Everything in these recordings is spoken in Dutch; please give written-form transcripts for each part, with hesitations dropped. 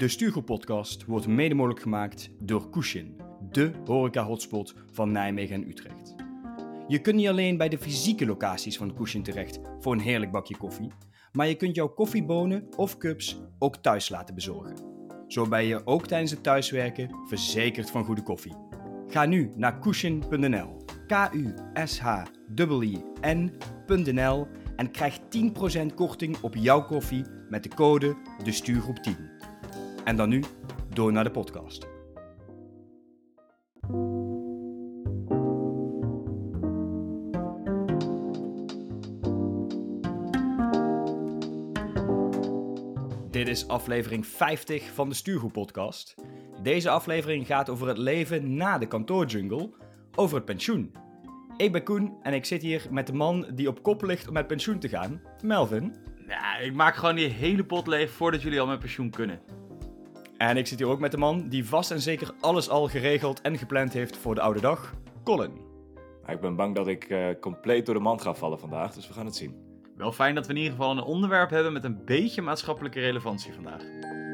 De Stuurgroep podcast wordt mede mogelijk gemaakt door Kushin, de horeca-hotspot van Nijmegen en Utrecht. Je kunt niet alleen bij de fysieke locaties van Kushin terecht voor een heerlijk bakje koffie, maar je kunt jouw koffiebonen of cups ook thuis laten bezorgen. Zo ben je ook tijdens het thuiswerken verzekerd van goede koffie. Ga nu naar kushin.nl, KUSHIN.nl en krijg 10% korting op jouw koffie met de code DeStuurgroep10. En dan nu, door naar de podcast. Dit is aflevering 50 van de Stuurgroep podcast. Deze aflevering gaat over het leven na de kantoorjungle, over het pensioen. Ik ben Koen en ik zit hier met de man die op kop ligt om met pensioen te gaan, Melvin. Ja, ik maak gewoon die hele pot leeg voordat jullie al met pensioen kunnen. En ik zit hier ook met de man die vast en zeker alles al geregeld en gepland heeft voor de oude dag, Colin. Ik ben bang dat ik compleet door de mand ga vallen vandaag, dus we gaan het zien. Wel fijn dat we in ieder geval een onderwerp hebben met een beetje maatschappelijke relevantie vandaag.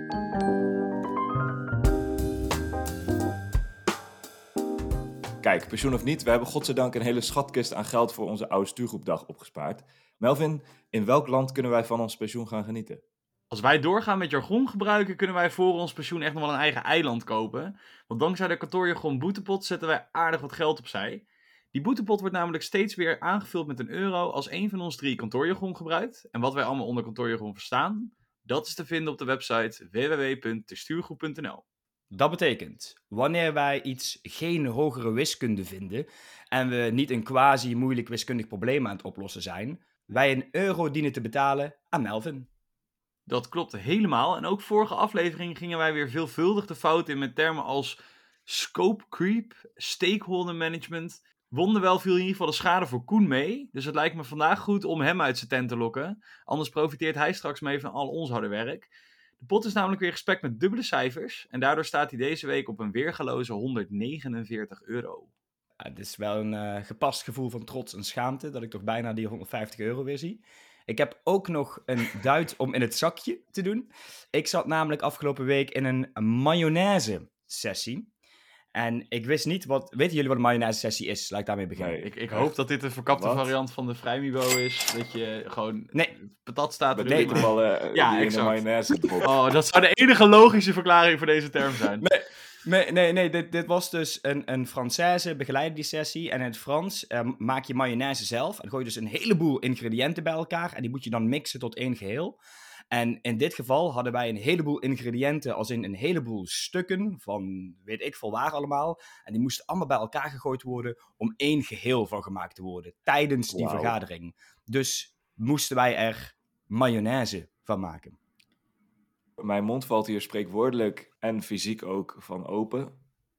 Kijk, pensioen of niet, we hebben godzijdank een hele schatkist aan geld voor onze oude stuurgroepdag opgespaard. Melvin, in welk land kunnen wij van ons pensioen gaan genieten? Als wij doorgaan met jargon gebruiken, kunnen wij voor ons pensioen echt nog wel een eigen eiland kopen. Want dankzij de kantoorjargon boetepot zetten wij aardig wat geld opzij. Die boetepot wordt namelijk steeds weer aangevuld met €1 als één van ons 3 kantoorjargon gebruikt. En wat wij allemaal onder kantoorjargon verstaan, dat is te vinden op de website www.destuurgroep.nl. Dat betekent, wanneer wij iets geen hogere wiskunde vinden en we niet een quasi moeilijk wiskundig probleem aan het oplossen zijn, wij €1 dienen te betalen aan Melvin. Dat klopt helemaal. En ook vorige aflevering gingen wij weer veelvuldig de fout in met termen als scope creep, stakeholder management. Wonderwel viel in ieder geval de schade voor Koen mee. Dus het lijkt me vandaag goed om hem uit zijn tent te lokken. Anders profiteert hij straks mee van al ons harde werk. De pot is namelijk weer gespekt met dubbele cijfers. En daardoor staat hij deze week op een weergaloze €149. Het is wel een gepast gevoel van trots en schaamte dat ik toch bijna die €150 weer zie. Ik heb ook nog een duit om in het zakje te doen. Ik zat namelijk afgelopen week in een mayonaise sessie. En ik wist niet Weten jullie wat een mayonaise sessie is? Laat ik daarmee beginnen. Nee. Ik hoop dat dit een verkapte Wat? variant van de Vrijmibo is. Dat je gewoon Nee. patat staat Met erin. bitterballen Ja, die in de exact. mayonaise drop. Oh, dat zou de enige logische verklaring voor deze term zijn. Nee, dit was dus een Française begeleidde die sessie. En in het Frans maak je mayonaise zelf. En gooi je dus een heleboel ingrediënten bij elkaar. En die moet je dan mixen tot één geheel. En in dit geval hadden wij een heleboel ingrediënten, als in een heleboel stukken van weet ik veel waar allemaal. En die moesten allemaal bij elkaar gegooid worden om één geheel van gemaakt te worden tijdens die Wauw. vergadering. Dus moesten wij er mayonaise van maken. Mijn mond valt hier spreekwoordelijk en fysiek ook van open.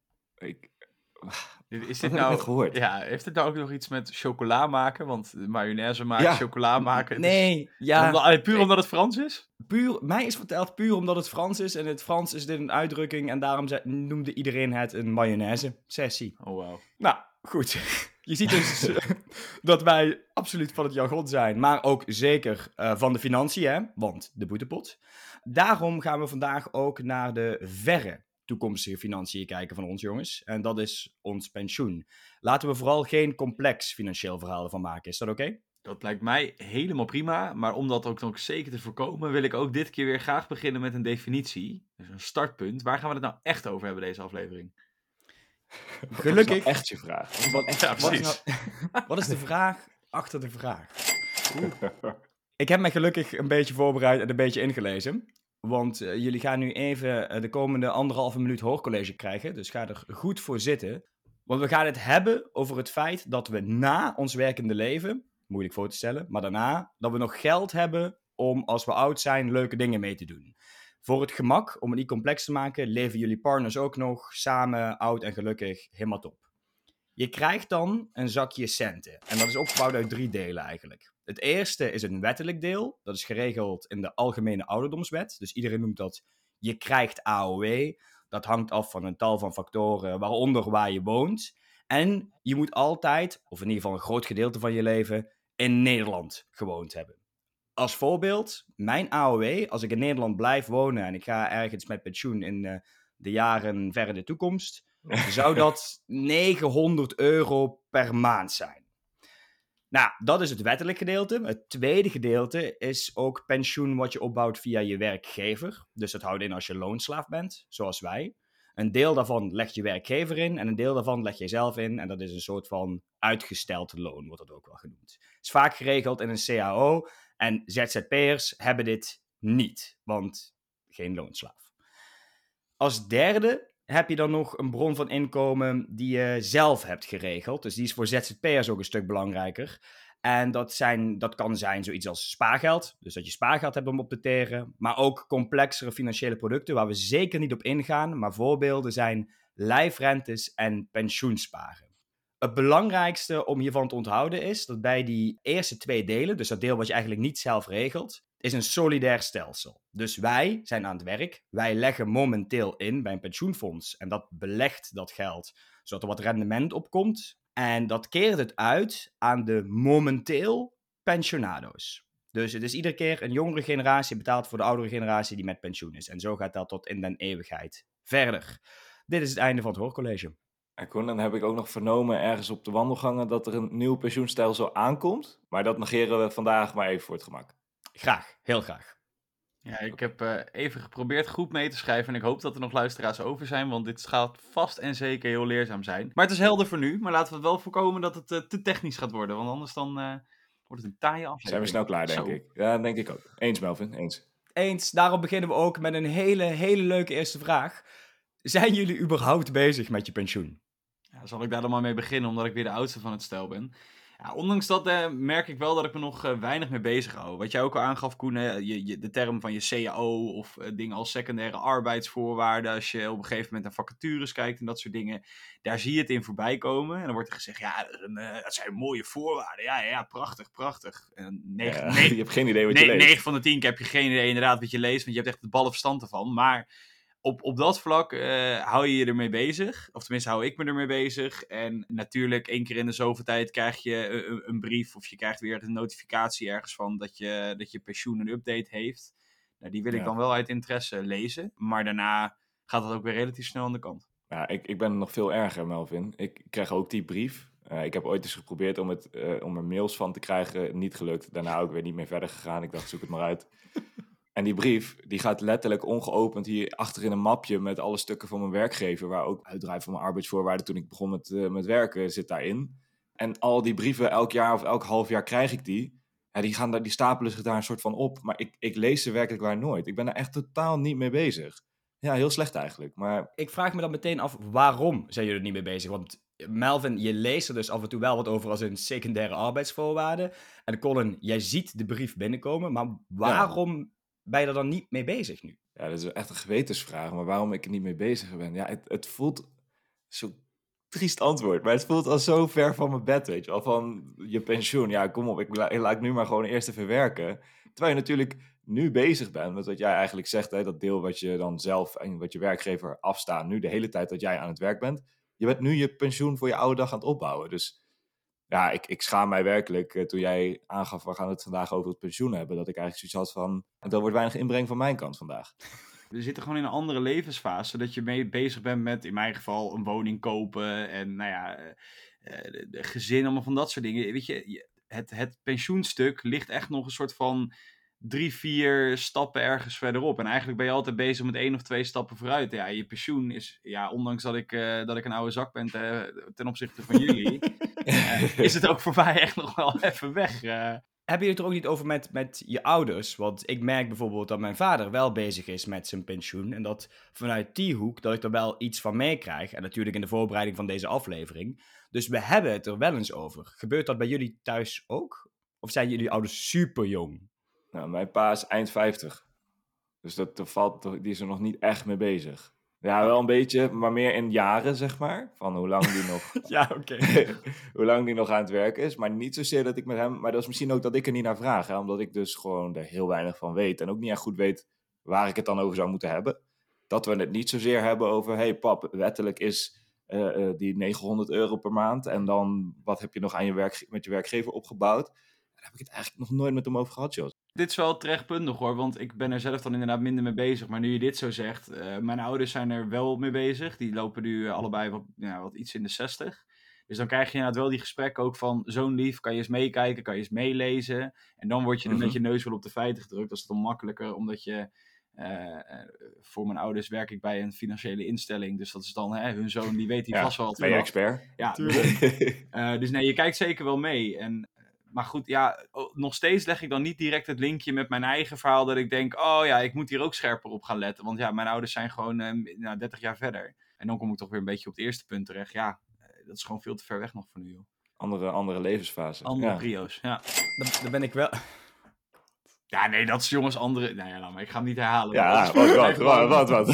Is Wat dit heb ik nou, net gehoord? ja, heeft het nou ook nog iets met chocola maken? Want mayonaise maken, Ja. chocola maken. het is- Nee, ja. Puur omdat het Frans is? Mij is verteld puur omdat het Frans is. En in het Frans is dit een uitdrukking. En daarom noemde iedereen het een mayonaise-sessie. Oh, wauw. Nou, goed. Je ziet dus dat wij absoluut van het jargon zijn. Maar ook zeker van de financiën, hè? Want de boetepot. Daarom gaan we vandaag ook naar de verre toekomstige financiën kijken van ons, jongens. En dat is ons pensioen. Laten we vooral geen complex financieel verhaal ervan maken. Is dat oké? Dat lijkt mij helemaal prima. Maar om dat ook nog zeker te voorkomen, wil ik ook dit keer weer graag beginnen met een definitie. Dus een startpunt. Waar gaan we het nou echt over hebben, deze aflevering? Wat is Gelukkig. nou echt je vraag? Wat is nou echt Ja, Wat is, precies. wat is de vraag achter de vraag? Ik heb mij gelukkig een beetje voorbereid en een beetje ingelezen. Want jullie gaan nu even de komende 1,5 minuut hoorcollege krijgen. Dus ga er goed voor zitten. Want we gaan het hebben over het feit dat we na ons werkende leven, moeilijk voor te stellen, maar daarna, dat we nog geld hebben om als we oud zijn leuke dingen mee te doen. Voor het gemak, om het niet complex te maken, leven jullie partners ook nog samen, oud en gelukkig, helemaal top. Je krijgt dan een zakje centen. En dat is opgebouwd uit 3 delen eigenlijk. Het eerste is een wettelijk deel. Dat is geregeld in de Algemene Ouderdomswet. Dus iedereen noemt dat je krijgt AOW. Dat hangt af van een tal van factoren, waaronder waar je woont. En je moet altijd, of in ieder geval een groot gedeelte van je leven, in Nederland gewoond hebben. Als voorbeeld, mijn AOW, als ik in Nederland blijf wonen en ik ga ergens met pensioen in de jaren ver in de toekomst, zou dat €900 per maand zijn. Nou, dat is het wettelijk gedeelte. Het tweede gedeelte is ook pensioen wat je opbouwt via je werkgever. Dus dat houdt in als je loonslaaf bent, zoals wij. Een deel daarvan legt je werkgever in en een deel daarvan leg je zelf in. En dat is een soort van uitgesteld loon, wordt dat ook wel genoemd. Het is vaak geregeld in een CAO en ZZP'ers hebben dit niet, want geen loonslaaf. Als derde heb je dan nog een bron van inkomen die je zelf hebt geregeld. Dus die is voor ZZP'ers ook een stuk belangrijker. En dat kan zijn zoiets als spaargeld. Dus dat je spaargeld hebt om op te teren. Maar ook complexere financiële producten waar we zeker niet op ingaan. Maar voorbeelden zijn lijfrentes en pensioensparen. Het belangrijkste om hiervan te onthouden is dat bij die eerste 2 delen, dus dat deel wat je eigenlijk niet zelf regelt, is een solidair stelsel. Dus wij zijn aan het werk, wij leggen momenteel in bij een pensioenfonds en dat belegt dat geld zodat er wat rendement op komt en dat keert het uit aan de momenteel pensionado's. Dus het is iedere keer een jongere generatie betaalt voor de oudere generatie die met pensioen is. En zo gaat dat tot in den eeuwigheid verder. Dit is het einde van het hoorcollege. En Koen, dan heb ik ook nog vernomen ergens op de wandelgangen dat er een nieuw pensioenstelsel aankomt. Maar dat negeren we vandaag maar even voor het gemak. Graag, heel graag. Ja, ik heb even geprobeerd goed mee te schrijven en ik hoop dat er nog luisteraars over zijn, want dit gaat vast en zeker heel leerzaam zijn. Maar het is helder voor nu, maar laten we het wel voorkomen dat het te technisch gaat worden, want anders dan wordt het een taaie aflevering. Zijn we snel klaar, denk ik. Ja, denk ik ook. Eens, Melvin, eens. Eens, daarom beginnen we ook met een hele leuke eerste vraag. Zijn jullie überhaupt bezig met je pensioen? Ja, zal ik daar dan maar mee beginnen, omdat ik weer de oudste van het stel ben. Ja, ondanks dat merk ik wel dat ik me nog weinig mee bezig hou. Wat jij ook al aangaf, Koen, de term van je CAO of dingen als secundaire arbeidsvoorwaarden. Als je op een gegeven moment naar vacatures kijkt en dat soort dingen. Daar zie je het in voorbij komen. En dan wordt er gezegd, ja, dat zijn mooie voorwaarden. Ja, prachtig. En Je hebt geen idee wat je leest. 9 van de 10 keer heb je geen idee inderdaad wat je leest, want je hebt echt het ballenverstand ervan. Maar op dat vlak hou je ermee bezig. Of tenminste hou ik me ermee bezig. En natuurlijk 1 keer in de zoveel tijd krijg je een brief. Of je krijgt weer een notificatie ergens van dat je pensioen een update heeft. Nou, die wil ik dan wel uit interesse lezen. Maar daarna gaat dat ook weer relatief snel aan de kant. Ja, ik ben nog veel erger, Melvin. Ik krijg ook die brief. Ik heb ooit eens geprobeerd om er mails van te krijgen. Niet gelukt. Daarna ook weer niet meer verder gegaan. Ik dacht, zoek het maar uit. En die brief, die gaat letterlijk ongeopend hier achter in een mapje met alle stukken van mijn werkgever, waar ook uitdrijf van mijn arbeidsvoorwaarden toen ik begon met werken zit daarin. En al die brieven, elk jaar of elk half jaar krijg ik die. Ja, die stapelen zich daar een soort van op. Maar ik lees ze werkelijk waar nooit. Ik ben er echt totaal niet mee bezig. Ja, heel slecht eigenlijk. Maar ik vraag me dan meteen af, waarom zijn jullie er niet mee bezig? Want Melvin, je leest er dus af en toe wel wat over als een secundaire arbeidsvoorwaarden. En Colin, jij ziet de brief binnenkomen, maar waarom ben je er dan niet mee bezig nu? Ja, dat is echt een gewetensvraag, maar waarom ik er niet mee bezig ben? Ja, het voelt zo triest antwoord, maar het voelt al zo ver van mijn bed, weet je wel. Van je pensioen, ja, kom op, ik laat nu maar gewoon eerst even werken. Terwijl je natuurlijk nu bezig bent met wat jij eigenlijk zegt, hè, dat deel wat je dan zelf en wat je werkgever afstaan, nu de hele tijd dat jij aan het werk bent. Je bent nu je pensioen voor je oude dag aan het opbouwen, dus ja, ik schaam mij werkelijk toen jij aangaf, we gaan het vandaag over het pensioen hebben, dat ik eigenlijk zoiets had van, er wordt weinig inbreng van mijn kant vandaag. We zitten gewoon in een andere levensfase, dat je mee bezig bent met, in mijn geval, een woning kopen en nou ja, gezin, allemaal van dat soort dingen. Weet je, het pensioenstuk ligt echt nog een soort van 3-4 stappen ergens verderop. En eigenlijk ben je altijd bezig met 1 of 2 stappen vooruit. Ja, je pensioen is, ja, ondanks dat ik een oude zak ben ten opzichte van jullie, is het ook voor mij echt nog wel even weg. Heb je het er ook niet over met je ouders? Want ik merk bijvoorbeeld dat mijn vader wel bezig is met zijn pensioen. En dat vanuit die hoek dat ik er wel iets van meekrijg. En natuurlijk in de voorbereiding van deze aflevering. Dus we hebben het er wel eens over. Gebeurt dat bij jullie thuis ook? Of zijn jullie ouders super jong? Nou, mijn pa is eind 50. Dus die is er nog niet echt mee bezig. Ja, wel een beetje, maar meer in jaren, zeg maar. Van hoe lang die nog... Ja, oké. hoe lang die nog aan het werken is. Maar niet zozeer dat ik met hem... Maar dat is misschien ook dat ik er niet naar vraag. Hè, omdat ik dus gewoon er heel weinig van weet. En ook niet echt goed weet waar ik het dan over zou moeten hebben. Dat we het niet zozeer hebben over... Hey pap, wettelijk is die €900 per maand. En dan, wat heb je nog aan met je werkgever opgebouwd? Daar heb ik het eigenlijk nog nooit met hem over gehad, joh. Dit is wel terecht punt nog hoor, want ik ben er zelf dan inderdaad minder mee bezig. Maar nu je dit zo zegt, mijn ouders zijn er wel mee bezig. Die lopen nu allebei wat iets in de 60. Dus dan krijg je inderdaad wel die gesprekken ook van zo'n lief, kan je eens meekijken, kan je eens meelezen. En dan word je er met je neus wel op de feiten gedrukt. Dat is dan makkelijker, omdat je... voor mijn ouders werk ik bij een financiële instelling. Dus dat is dan hun zoon, die weet vast wel wat ben je er expert? Ja, dus nee, je kijkt zeker wel mee. Maar goed, ja, nog steeds leg ik dan niet direct het linkje met mijn eigen verhaal. Dat ik denk, oh ja, ik moet hier ook scherper op gaan letten. Want ja, mijn ouders zijn gewoon 30 jaar verder. En dan kom ik toch weer een beetje op het eerste punt terecht. Ja, dat is gewoon veel te ver weg nog voor nu, joh. Andere levensfase. Andere prio's, ja. Dan ben ik wel... Ja, nee, dat is jongens andere... Nou ja, maar ik ga hem niet herhalen. Ja, wat.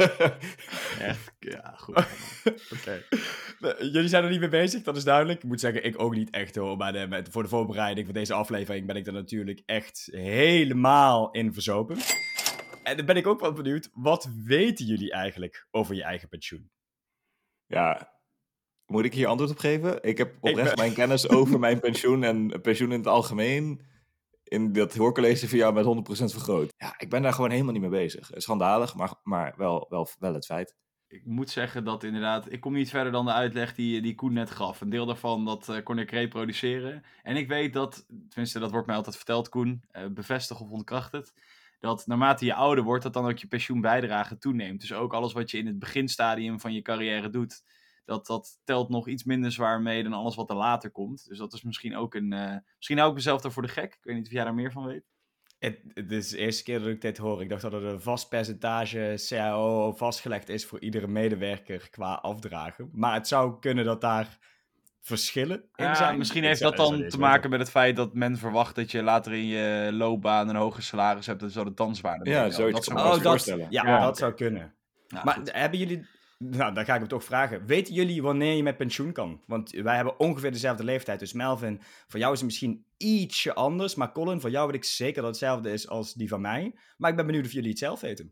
Echt, ja, goed. Oké. Jullie zijn er niet mee bezig, dat is duidelijk. Ik moet zeggen, ik ook niet echt hoor. Maar voor de voorbereiding van deze aflevering ben ik er natuurlijk echt helemaal in verzopen. En dan ben ik ook wel benieuwd, wat weten jullie eigenlijk over je eigen pensioen? Ja, moet ik hier antwoord op geven? Ik heb oprecht mijn kennis over mijn pensioen en pensioen in het algemeen in dat hoorcollege van jou met 100% vergroot. Ja, ik ben daar gewoon helemaal niet mee bezig. Schandalig, maar wel het feit. Ik moet zeggen dat inderdaad, ik kom niet verder dan de uitleg die Koen net gaf. Een deel daarvan, dat kon ik reproduceren. En ik weet dat, tenminste dat wordt mij altijd verteld Koen, bevestig of ontkracht het, dat naarmate je ouder wordt, dat dan ook je pensioenbijdrage toeneemt. Dus ook alles wat je in het beginstadium van je carrière doet, dat telt nog iets minder zwaar mee dan alles wat er later komt. Dus dat is misschien ook misschien hou ik mezelf daarvoor de gek. Ik weet niet of jij daar meer van weet. Het is de eerste keer dat ik dit hoor. Ik dacht dat er een vast percentage CAO vastgelegd is voor iedere medewerker qua afdragen. Maar het zou kunnen dat daar verschillen in zijn. Misschien heeft dat dan te maken met het feit dat men verwacht dat je later in je loopbaan een hoger salaris hebt. Dus dat het dan zwaarder Ja, zoiets kan ik me voorstellen. Ja, dat zou kunnen. Ja, maar goed. Hebben jullie... Nou, dan ga ik hem toch vragen. Weten jullie wanneer je met pensioen kan? Want wij hebben ongeveer dezelfde leeftijd. Dus Melvin, voor jou is het misschien ietsje anders. Maar Colin, voor jou weet ik zeker dat het hetzelfde is als die van mij. Maar ik ben benieuwd of jullie het zelf weten.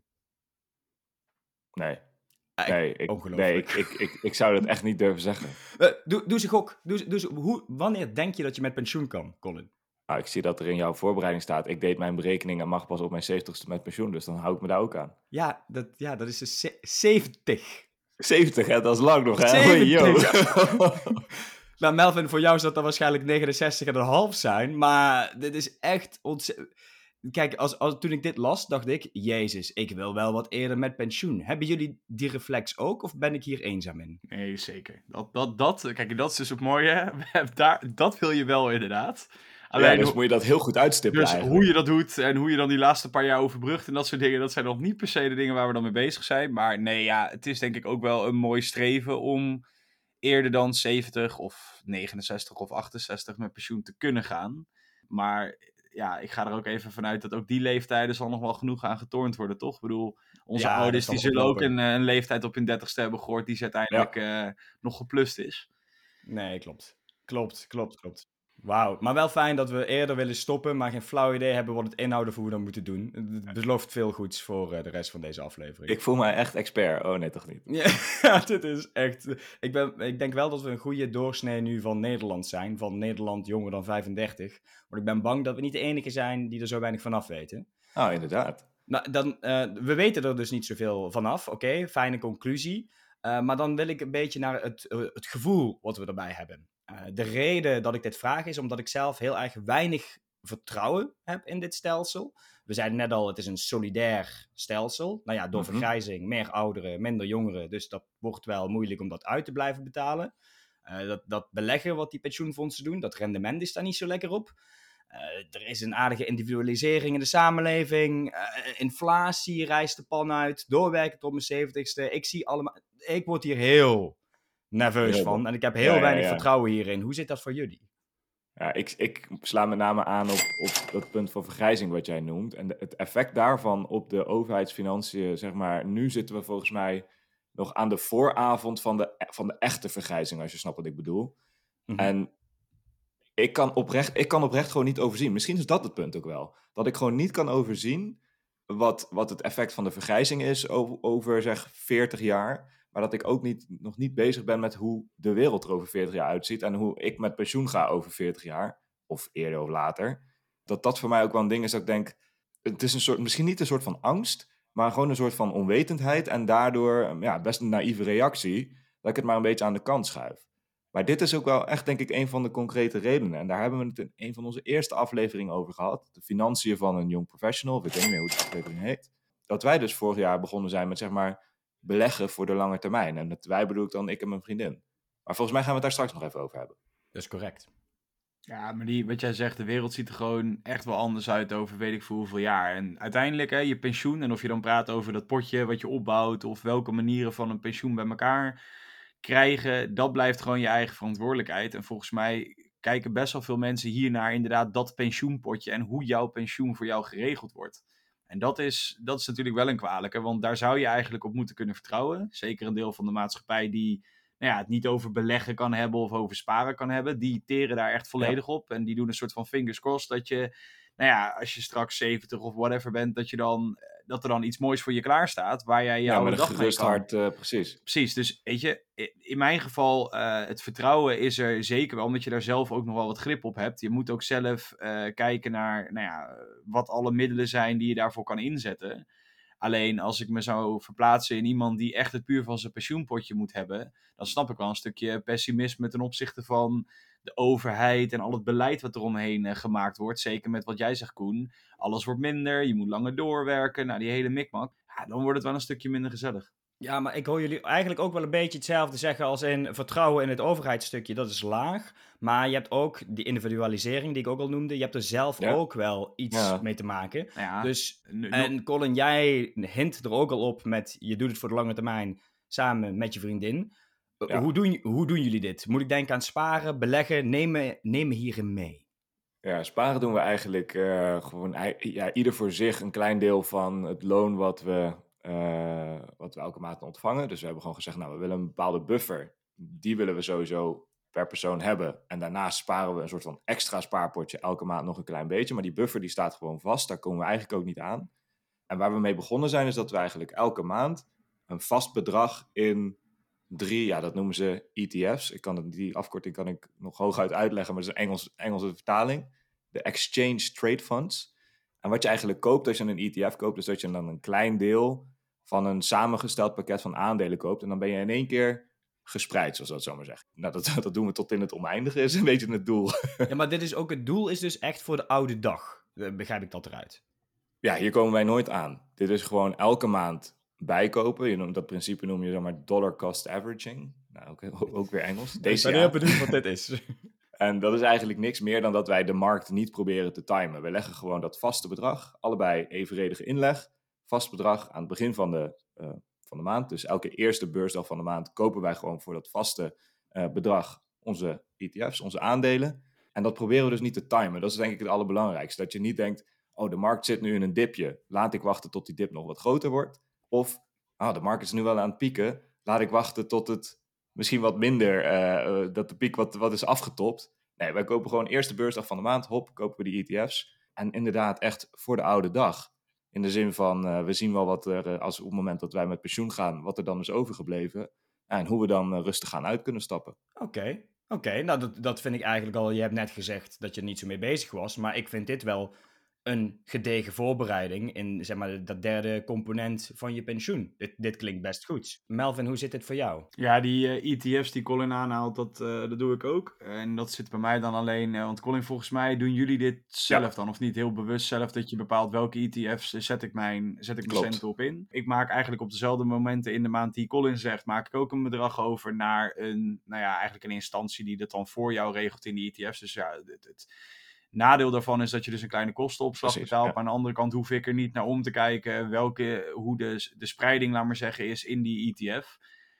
Nee. Ik zou dat echt niet durven zeggen. Doe ze gok. Wanneer denk je dat je met pensioen kan, Colin? Nou, ik zie dat er in jouw voorbereiding staat. Ik deed mijn berekening en mag pas op mijn 70ste met pensioen. Dus dan hou ik me daar ook aan. Ja, dat is de 70. 70, hè? Dat is lang nog, hè? 70. Nou, Melvin, voor jou is dat dan waarschijnlijk 69,5 zijn. Maar dit is echt ontzettend... Kijk, toen ik dit las, dacht ik... Jezus, ik wil wel wat eerder met pensioen. Hebben jullie die reflex ook? Of ben ik hier eenzaam in? Nee, zeker. Kijk, dat is dus het mooie. Dat wil je wel inderdaad. Alleen, dus moet je dat heel goed uitstippelen dus eigenlijk. Hoe je dat doet en hoe je dan die laatste paar jaar overbrugt en dat soort dingen, dat zijn nog niet per se de dingen waar we dan mee bezig zijn. Maar nee, ja, het is denk ik ook wel een mooi streven om eerder dan 70 of 69 of 68 met pensioen te kunnen gaan. Maar ja, ik ga er ook even vanuit dat ook die leeftijden zal nog wel genoeg aan getornd worden, toch? Ik bedoel, onze ouders die zullen ook een leeftijd op hun 30ste hebben gehoord die ze uiteindelijk nog geplust is. Nee, klopt. Wauw, maar wel fijn dat we eerder willen stoppen, maar geen flauw idee hebben wat het inhouden voor we dan moeten doen. Het belooft veel goeds voor de rest van deze aflevering. Ik voel mij echt expert. Oh nee, toch niet? Ja, dit is echt... Ik denk wel dat we een goede doorsnee nu van Nederland zijn. Van Nederland jonger dan 35. Want ik ben bang dat we niet de enige zijn die er zo weinig vanaf weten. Oh, inderdaad. Nou, we weten er dus niet zoveel vanaf. Oké, fijne conclusie. Maar dan wil ik een beetje naar het gevoel wat we erbij hebben. De reden dat ik dit vraag is omdat ik zelf heel erg weinig vertrouwen heb in dit stelsel. We zeiden net al, het is een solidair stelsel. Nou ja, door vergrijzing, meer ouderen, minder jongeren. Dus dat wordt wel moeilijk om dat uit te blijven betalen. Dat beleggen wat die pensioenfondsen doen, dat rendement is daar niet zo lekker op. Er is een aardige individualisering in de samenleving. Inflatie rijst de pan uit. Doorwerken tot mijn 70ste. Ik word hier heel nerveus van. En ik heb heel weinig vertrouwen hierin. Hoe zit dat voor jullie? Ja, ik sla met name aan op dat punt van vergrijzing wat jij noemt. En het effect daarvan op de overheidsfinanciën, zeg maar. Nu zitten we volgens mij nog aan de vooravond van de echte vergrijzing, als je snapt wat ik bedoel. Mm-hmm. En ik kan oprecht gewoon niet overzien. Misschien is dat het punt ook wel. Dat ik gewoon niet kan overzien wat het effect van de vergrijzing is over zeg 40 jaar. Maar dat ik ook nog niet bezig ben met hoe de wereld er over 40 jaar uitziet. En hoe ik met pensioen ga over 40 jaar. Of eerder of later. dat voor mij ook wel een ding is dat ik denk, het is een soort, misschien niet een soort van angst, maar gewoon een soort van onwetendheid en daardoor best een naïeve reactie, dat ik het maar een beetje aan de kant schuif. Maar dit is ook wel echt, denk ik, een van de concrete redenen. En daar hebben we het in een van onze eerste afleveringen over gehad. De financiën van een jong professional, of ik weet niet meer hoe de aflevering heet. Dat wij dus vorig jaar begonnen zijn met, zeg maar, beleggen voor de lange termijn. En met wij bedoel ik dan ik en mijn vriendin. Maar volgens mij gaan we het daar straks nog even over hebben. Dat is correct. Ja, maar wat jij zegt, de wereld ziet er gewoon echt wel anders uit over weet ik voor hoeveel jaar. En uiteindelijk, je pensioen, en of je dan praat over dat potje wat je opbouwt, of welke manieren van een pensioen bij elkaar krijgen, dat blijft gewoon je eigen verantwoordelijkheid. En volgens mij kijken best wel veel mensen hiernaar inderdaad dat pensioenpotje en hoe jouw pensioen voor jou geregeld wordt. En dat is natuurlijk wel een kwalijke, want daar zou je eigenlijk op moeten kunnen vertrouwen. Zeker een deel van de maatschappij die het niet over beleggen kan hebben of over sparen kan hebben. Die teren daar echt volledig op. En die doen een soort van fingers crossed dat je, als je straks 70 of whatever bent, dat er dan iets moois voor je klaar staat, waar jij je oude met een dag mee gerust kan. hart, precies. Precies, dus weet je, in mijn geval, het vertrouwen is er zeker wel, omdat je daar zelf ook nog wel wat grip op hebt. Je moet ook zelf kijken naar, wat alle middelen zijn die je daarvoor kan inzetten. Alleen als ik me zou verplaatsen in iemand die echt het puur van zijn pensioenpotje moet hebben, dan snap ik wel een stukje pessimisme ten opzichte van de overheid en al het beleid wat er omheen gemaakt wordt. Zeker met wat jij zegt, Koen. Alles wordt minder, je moet langer doorwerken, die hele mikmak. Ja, dan wordt het wel een stukje minder gezellig. Ja, maar ik hoor jullie eigenlijk ook wel een beetje hetzelfde zeggen als in vertrouwen in het overheidsstukje. Dat is laag. Maar je hebt ook die individualisering die ik ook al noemde. Je hebt er zelf ook wel iets mee te maken. Ja, dus, en Colin, jij hint er ook al op met je doet het voor de lange termijn samen met je vriendin. Ja. Hoe doen jullie dit? Moet ik denken aan sparen, beleggen? Neem me hierin mee. Ja, sparen doen we eigenlijk gewoon ieder voor zich een klein deel van het loon wat we elke maand ontvangen. Dus we hebben gewoon gezegd, we willen een bepaalde buffer. Die willen we sowieso per persoon hebben. En daarnaast sparen we een soort van extra spaarpotje elke maand nog een klein beetje. Maar die buffer die staat gewoon vast. Daar komen we eigenlijk ook niet aan. En waar we mee begonnen zijn, is dat we eigenlijk elke maand een vast bedrag in 3, dat noemen ze ETF's. Die afkorting kan ik nog hooguit uitleggen, maar dat is een Engelse vertaling. De Exchange Trade Funds. En wat je eigenlijk koopt als je een ETF koopt, is dat je dan een klein deel van een samengesteld pakket van aandelen koopt. En dan ben je in één keer gespreid, zoals dat zo maar zeggen. Dat doen we tot in het oneindige, is een beetje het doel. Ja, maar het doel is dus echt voor de oude dag. Begrijp ik dat eruit? Ja, hier komen wij nooit aan. Dit is gewoon elke maand bijkopen. Dat principe noem je zeg maar dollar cost averaging. Ook weer Engels. Ik ben heel benieuwd wat dit is. En dat is eigenlijk niks meer dan dat wij de markt niet proberen te timen. We leggen gewoon dat vaste bedrag, allebei evenredige inleg, vast bedrag aan het begin van de maand. Dus elke eerste beursdag van de maand kopen wij gewoon voor dat vaste bedrag onze ETF's, onze aandelen. En dat proberen we dus niet te timen. Dat is denk ik het allerbelangrijkste. Dat je niet denkt, de markt zit nu in een dipje. Laat ik wachten tot die dip nog wat groter wordt. Of, de markt is nu wel aan het pieken. Laat ik wachten tot het misschien wat minder, dat de piek wat is afgetopt. Nee, wij kopen gewoon eerste beursdag van de maand. Hop, kopen we die ETF's. En inderdaad echt voor de oude dag. In de zin van, we zien wel wat er, als op het moment dat wij met pensioen gaan, wat er dan is overgebleven. En hoe we dan rustig gaan uit kunnen stappen. Oké. Nou dat vind ik eigenlijk al, je hebt net gezegd dat je er niet zo mee bezig was. Maar ik vind dit wel een gedegen voorbereiding in, zeg maar, dat derde component van je pensioen. Dit klinkt best goed. Melvin, hoe zit dit voor jou? Ja, die ETF's die Colin aanhaalt, dat doe ik ook. En dat zit bij mij dan alleen, want Colin, volgens mij doen jullie dit zelf dan, of niet heel bewust zelf, dat je bepaalt welke ETF's zet ik mijn centen op in. Ik maak eigenlijk op dezelfde momenten in de maand die Colin zegt, maak ik ook een bedrag over naar eigenlijk een instantie die dat dan voor jou regelt in die ETF's. Dus ja, het nadeel daarvan is dat je dus een kleine kostenopslag betaalt. Maar aan de andere kant hoef ik er niet naar om te kijken hoe de spreiding, laat maar zeggen, is in die ETF.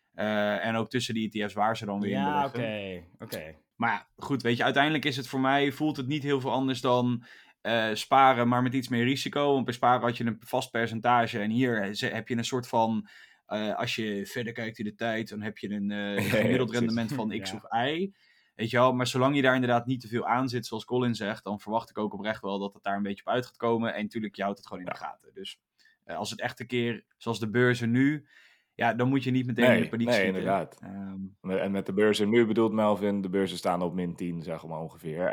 En ook tussen die ETF's waar ze dan weer in beleggen. Oké. Maar ja, goed, weet je, uiteindelijk is het voor mij, voelt het niet heel veel anders dan sparen, maar met iets meer risico. Want bij sparen had je een vast percentage. En hier heb je een soort van, als je verder kijkt in de tijd, dan heb je een gemiddeld rendement van X of Y. Weet je wel, maar zolang je daar inderdaad niet te veel aan zit, zoals Colin zegt, dan verwacht ik ook oprecht wel dat het daar een beetje op uit gaat komen. En natuurlijk, je houdt het gewoon in de gaten. Dus als het echt een keer, zoals de beurzen nu, dan moet je niet meteen in de paniek schieten. Nee, inderdaad. En met de beurzen nu bedoelt Melvin, de beurzen staan op -10, zeg maar ongeveer. En dan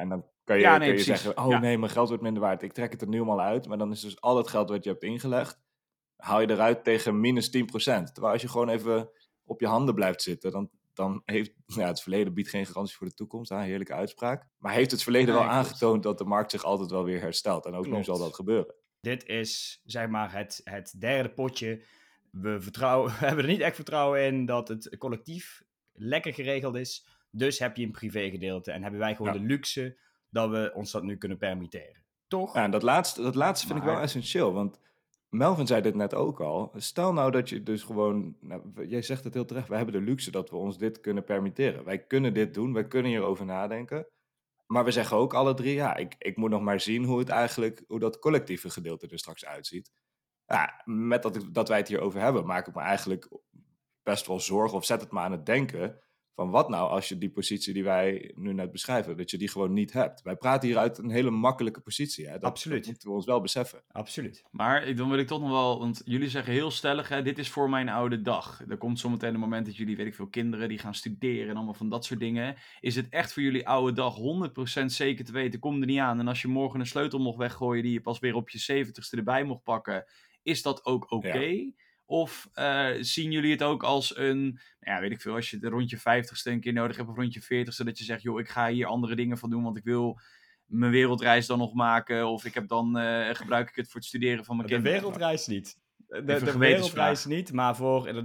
Kun je, Ja, nee, kun je precies. zeggen, Ja. nee, mijn geld wordt minder waard. Ik trek het er nu al uit. Maar dan is dus al het geld wat je hebt ingelegd, haal je eruit tegen minus 10%. Terwijl als je gewoon even op je handen blijft zitten, dan heeft het verleden biedt geen garantie voor de toekomst. Heerlijke uitspraak. Maar heeft het verleden wel Nee, klopt. aangetoond dat de markt zich altijd wel weer herstelt. En ook Klopt. nu zal dat gebeuren. Dit is, zeg maar, het derde potje. We hebben er niet echt vertrouwen in dat het collectief lekker geregeld is. Dus heb je een privégedeelte en hebben wij gewoon Ja. de luxe dat we ons dat nu kunnen permitteren. Toch? Ja, en dat laatste vind ik wel Maar- essentieel. Want Melvin zei dit net ook al. Stel nou dat je dus gewoon... jij zegt het heel terecht. Wij hebben de luxe dat we ons dit kunnen permitteren. Wij kunnen dit doen. Wij kunnen hierover nadenken. Maar we zeggen ook alle drie... Ja, ik moet nog maar zien hoe dat collectieve gedeelte er straks uitziet. Ja, met dat wij het hierover hebben... maak ik me eigenlijk best wel zorgen... of zet het me aan het denken... van wat nou als je die positie die wij nu net beschrijven... dat je die gewoon niet hebt. Wij praten hier uit een hele makkelijke positie. Hè? Absoluut. Dat moeten we ons wel beseffen. Absoluut. Maar dan wil ik toch nog wel, want jullie zeggen heel stellig, hè, dit is voor mijn oude dag. Er komt zometeen een moment dat jullie, weet ik veel, kinderen die gaan studeren en allemaal van dat soort dingen. Is het echt voor jullie oude dag 100% zeker te weten, kom er niet aan. En als je morgen een sleutel mocht weggooien die je pas weer op je 70ste erbij mocht pakken, is dat ook oké? Ja. Of zien jullie het ook als een, weet ik veel, als je rond je 50ste een keer nodig hebt of rond je 40ste, dat je zegt, joh, ik ga hier andere dingen van doen, want ik wil mijn wereldreis dan nog maken. Of ik heb dan, gebruik ik het voor het studeren van mijn De kinderen. wereldreis niet. De gewetensvraag. wereldreis niet, maar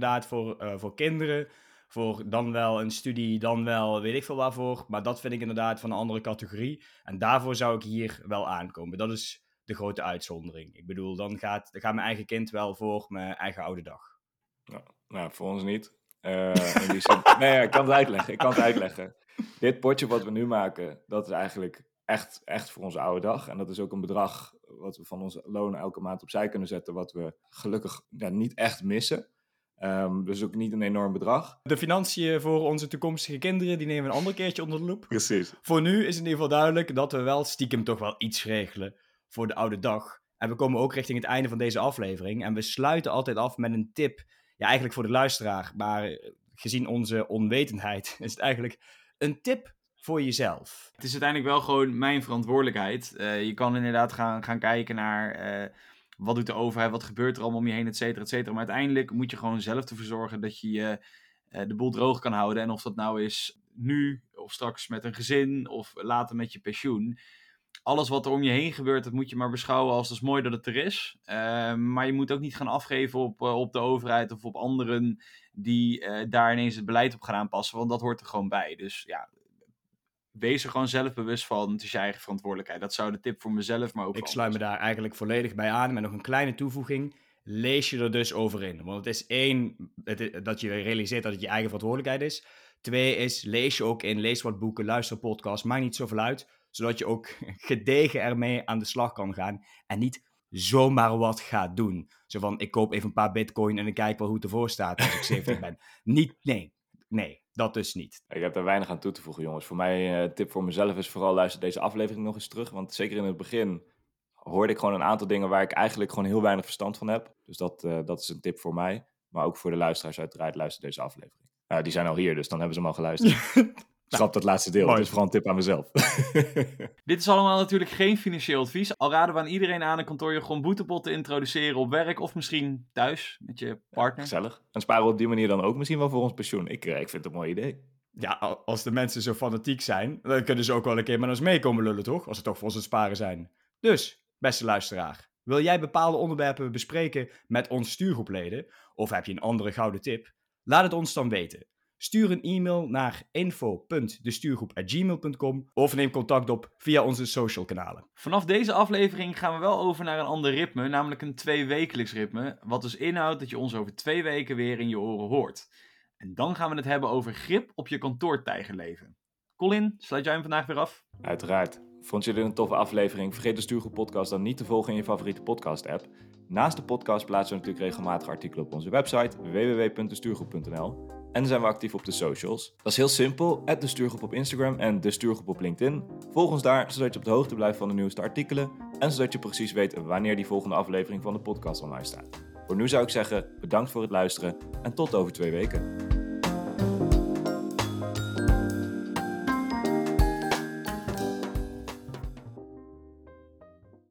voor kinderen, voor dan wel een studie, dan wel weet ik veel waarvoor. Maar dat vind ik inderdaad van een andere categorie. En daarvoor zou ik hier wel aankomen. Dat is de grote uitzondering. Ik bedoel, dan gaat mijn eigen kind wel voor mijn eigen oude dag. Nou, voor ons niet. In die zin... Nee, ik kan het uitleggen. Dit potje wat we nu maken, dat is eigenlijk echt voor onze oude dag. En dat is ook een bedrag wat we van ons loon elke maand opzij kunnen zetten, wat we gelukkig niet echt missen. Dus ook niet een enorm bedrag. De financiën voor onze toekomstige kinderen, die nemen we een ander keertje onder de loep. Precies. Voor nu is in ieder geval duidelijk dat we wel stiekem toch wel iets regelen voor de oude dag. En we komen ook richting het einde van deze aflevering. En we sluiten altijd af met een tip. Ja, eigenlijk voor de luisteraar. Maar gezien onze onwetendheid is het eigenlijk een tip voor jezelf. Het is uiteindelijk wel gewoon mijn verantwoordelijkheid. Je kan inderdaad gaan kijken naar wat doet de overheid, wat gebeurt er allemaal om je heen, et cetera, et cetera. Maar uiteindelijk moet je gewoon zelf ervoor zorgen dat je de boel droog kan houden. En of dat nou is nu, of straks met een gezin, of later met je pensioen. Alles wat er om je heen gebeurt, dat moet je maar beschouwen als dat is mooi dat het er is. Maar je moet ook niet gaan afgeven op de overheid of op anderen die daar ineens het beleid op gaan aanpassen. Want dat hoort er gewoon bij. Dus ja, wees er gewoon zelf bewust van. Het is je eigen verantwoordelijkheid. Dat zou de tip voor mezelf, maar ook Ik voor sluit me anderen daar eigenlijk volledig bij aan. Met nog een kleine toevoeging. Lees je er dus over in. Want het is dat je realiseert dat het je eigen verantwoordelijkheid is. 2 is, lees je ook in. Lees wat boeken, luister podcasts. Maakt niet zoveel uit. Zodat je ook gedegen ermee aan de slag kan gaan. En niet zomaar wat gaat doen. Zo van, ik koop even een paar bitcoin en ik kijk wel hoe het ervoor staat als ik 70 ben. Nee, dat dus niet. Ik heb daar weinig aan toe te voegen, jongens. Voor mij, tip voor mezelf is vooral luister deze aflevering nog eens terug. Want zeker in het begin hoorde ik gewoon een aantal dingen waar ik eigenlijk gewoon heel weinig verstand van heb. Dus dat is een tip voor mij. Maar ook voor de luisteraars uiteraard, luister deze aflevering. Die zijn al hier, dus dan hebben ze hem al geluisterd. Schrap dat laatste deel. mooi. Het is vooral een tip aan mezelf. Dit is allemaal natuurlijk geen financieel advies. Al raden we aan iedereen aan een kantoor je gewoon boetepot te introduceren op werk of misschien thuis met je partner. Gezellig. En sparen we op die manier dan ook misschien wel voor ons pensioen. Ik vind het een mooi idee. Ja, als de mensen zo fanatiek zijn, dan kunnen ze ook wel een keer met ons meekomen lullen, toch? Als ze toch voor ons aan het sparen zijn. Dus, beste luisteraar, wil jij bepaalde onderwerpen bespreken met ons stuurgroepleden? Of heb je een andere gouden tip? Laat het ons dan weten. Stuur een e-mail naar info.destuurgroep@gmail.com of neem contact op via onze social kanalen. Vanaf deze aflevering gaan we wel over naar een ander ritme, namelijk een 2-wekelijks ritme. Wat dus inhoudt dat je ons over 2 weken weer in je oren hoort. En dan gaan we het hebben over grip op je kantoortijgerleven. Colin, sluit jij hem vandaag weer af? Uiteraard. Vond je dit een toffe aflevering? Vergeet de Stuurgroep podcast dan niet te volgen in je favoriete podcast app. Naast de podcast plaatsen we natuurlijk regelmatig artikelen op onze website www.destuurgroep.nl. En zijn we actief op de socials. Dat is heel simpel, @de Stuurgroep op Instagram en de Stuurgroep op LinkedIn. Volg ons daar, zodat je op de hoogte blijft van de nieuwste artikelen en zodat je precies weet wanneer die volgende aflevering van de podcast online staat. Voor nu zou ik zeggen, bedankt voor het luisteren en tot over 2 weken.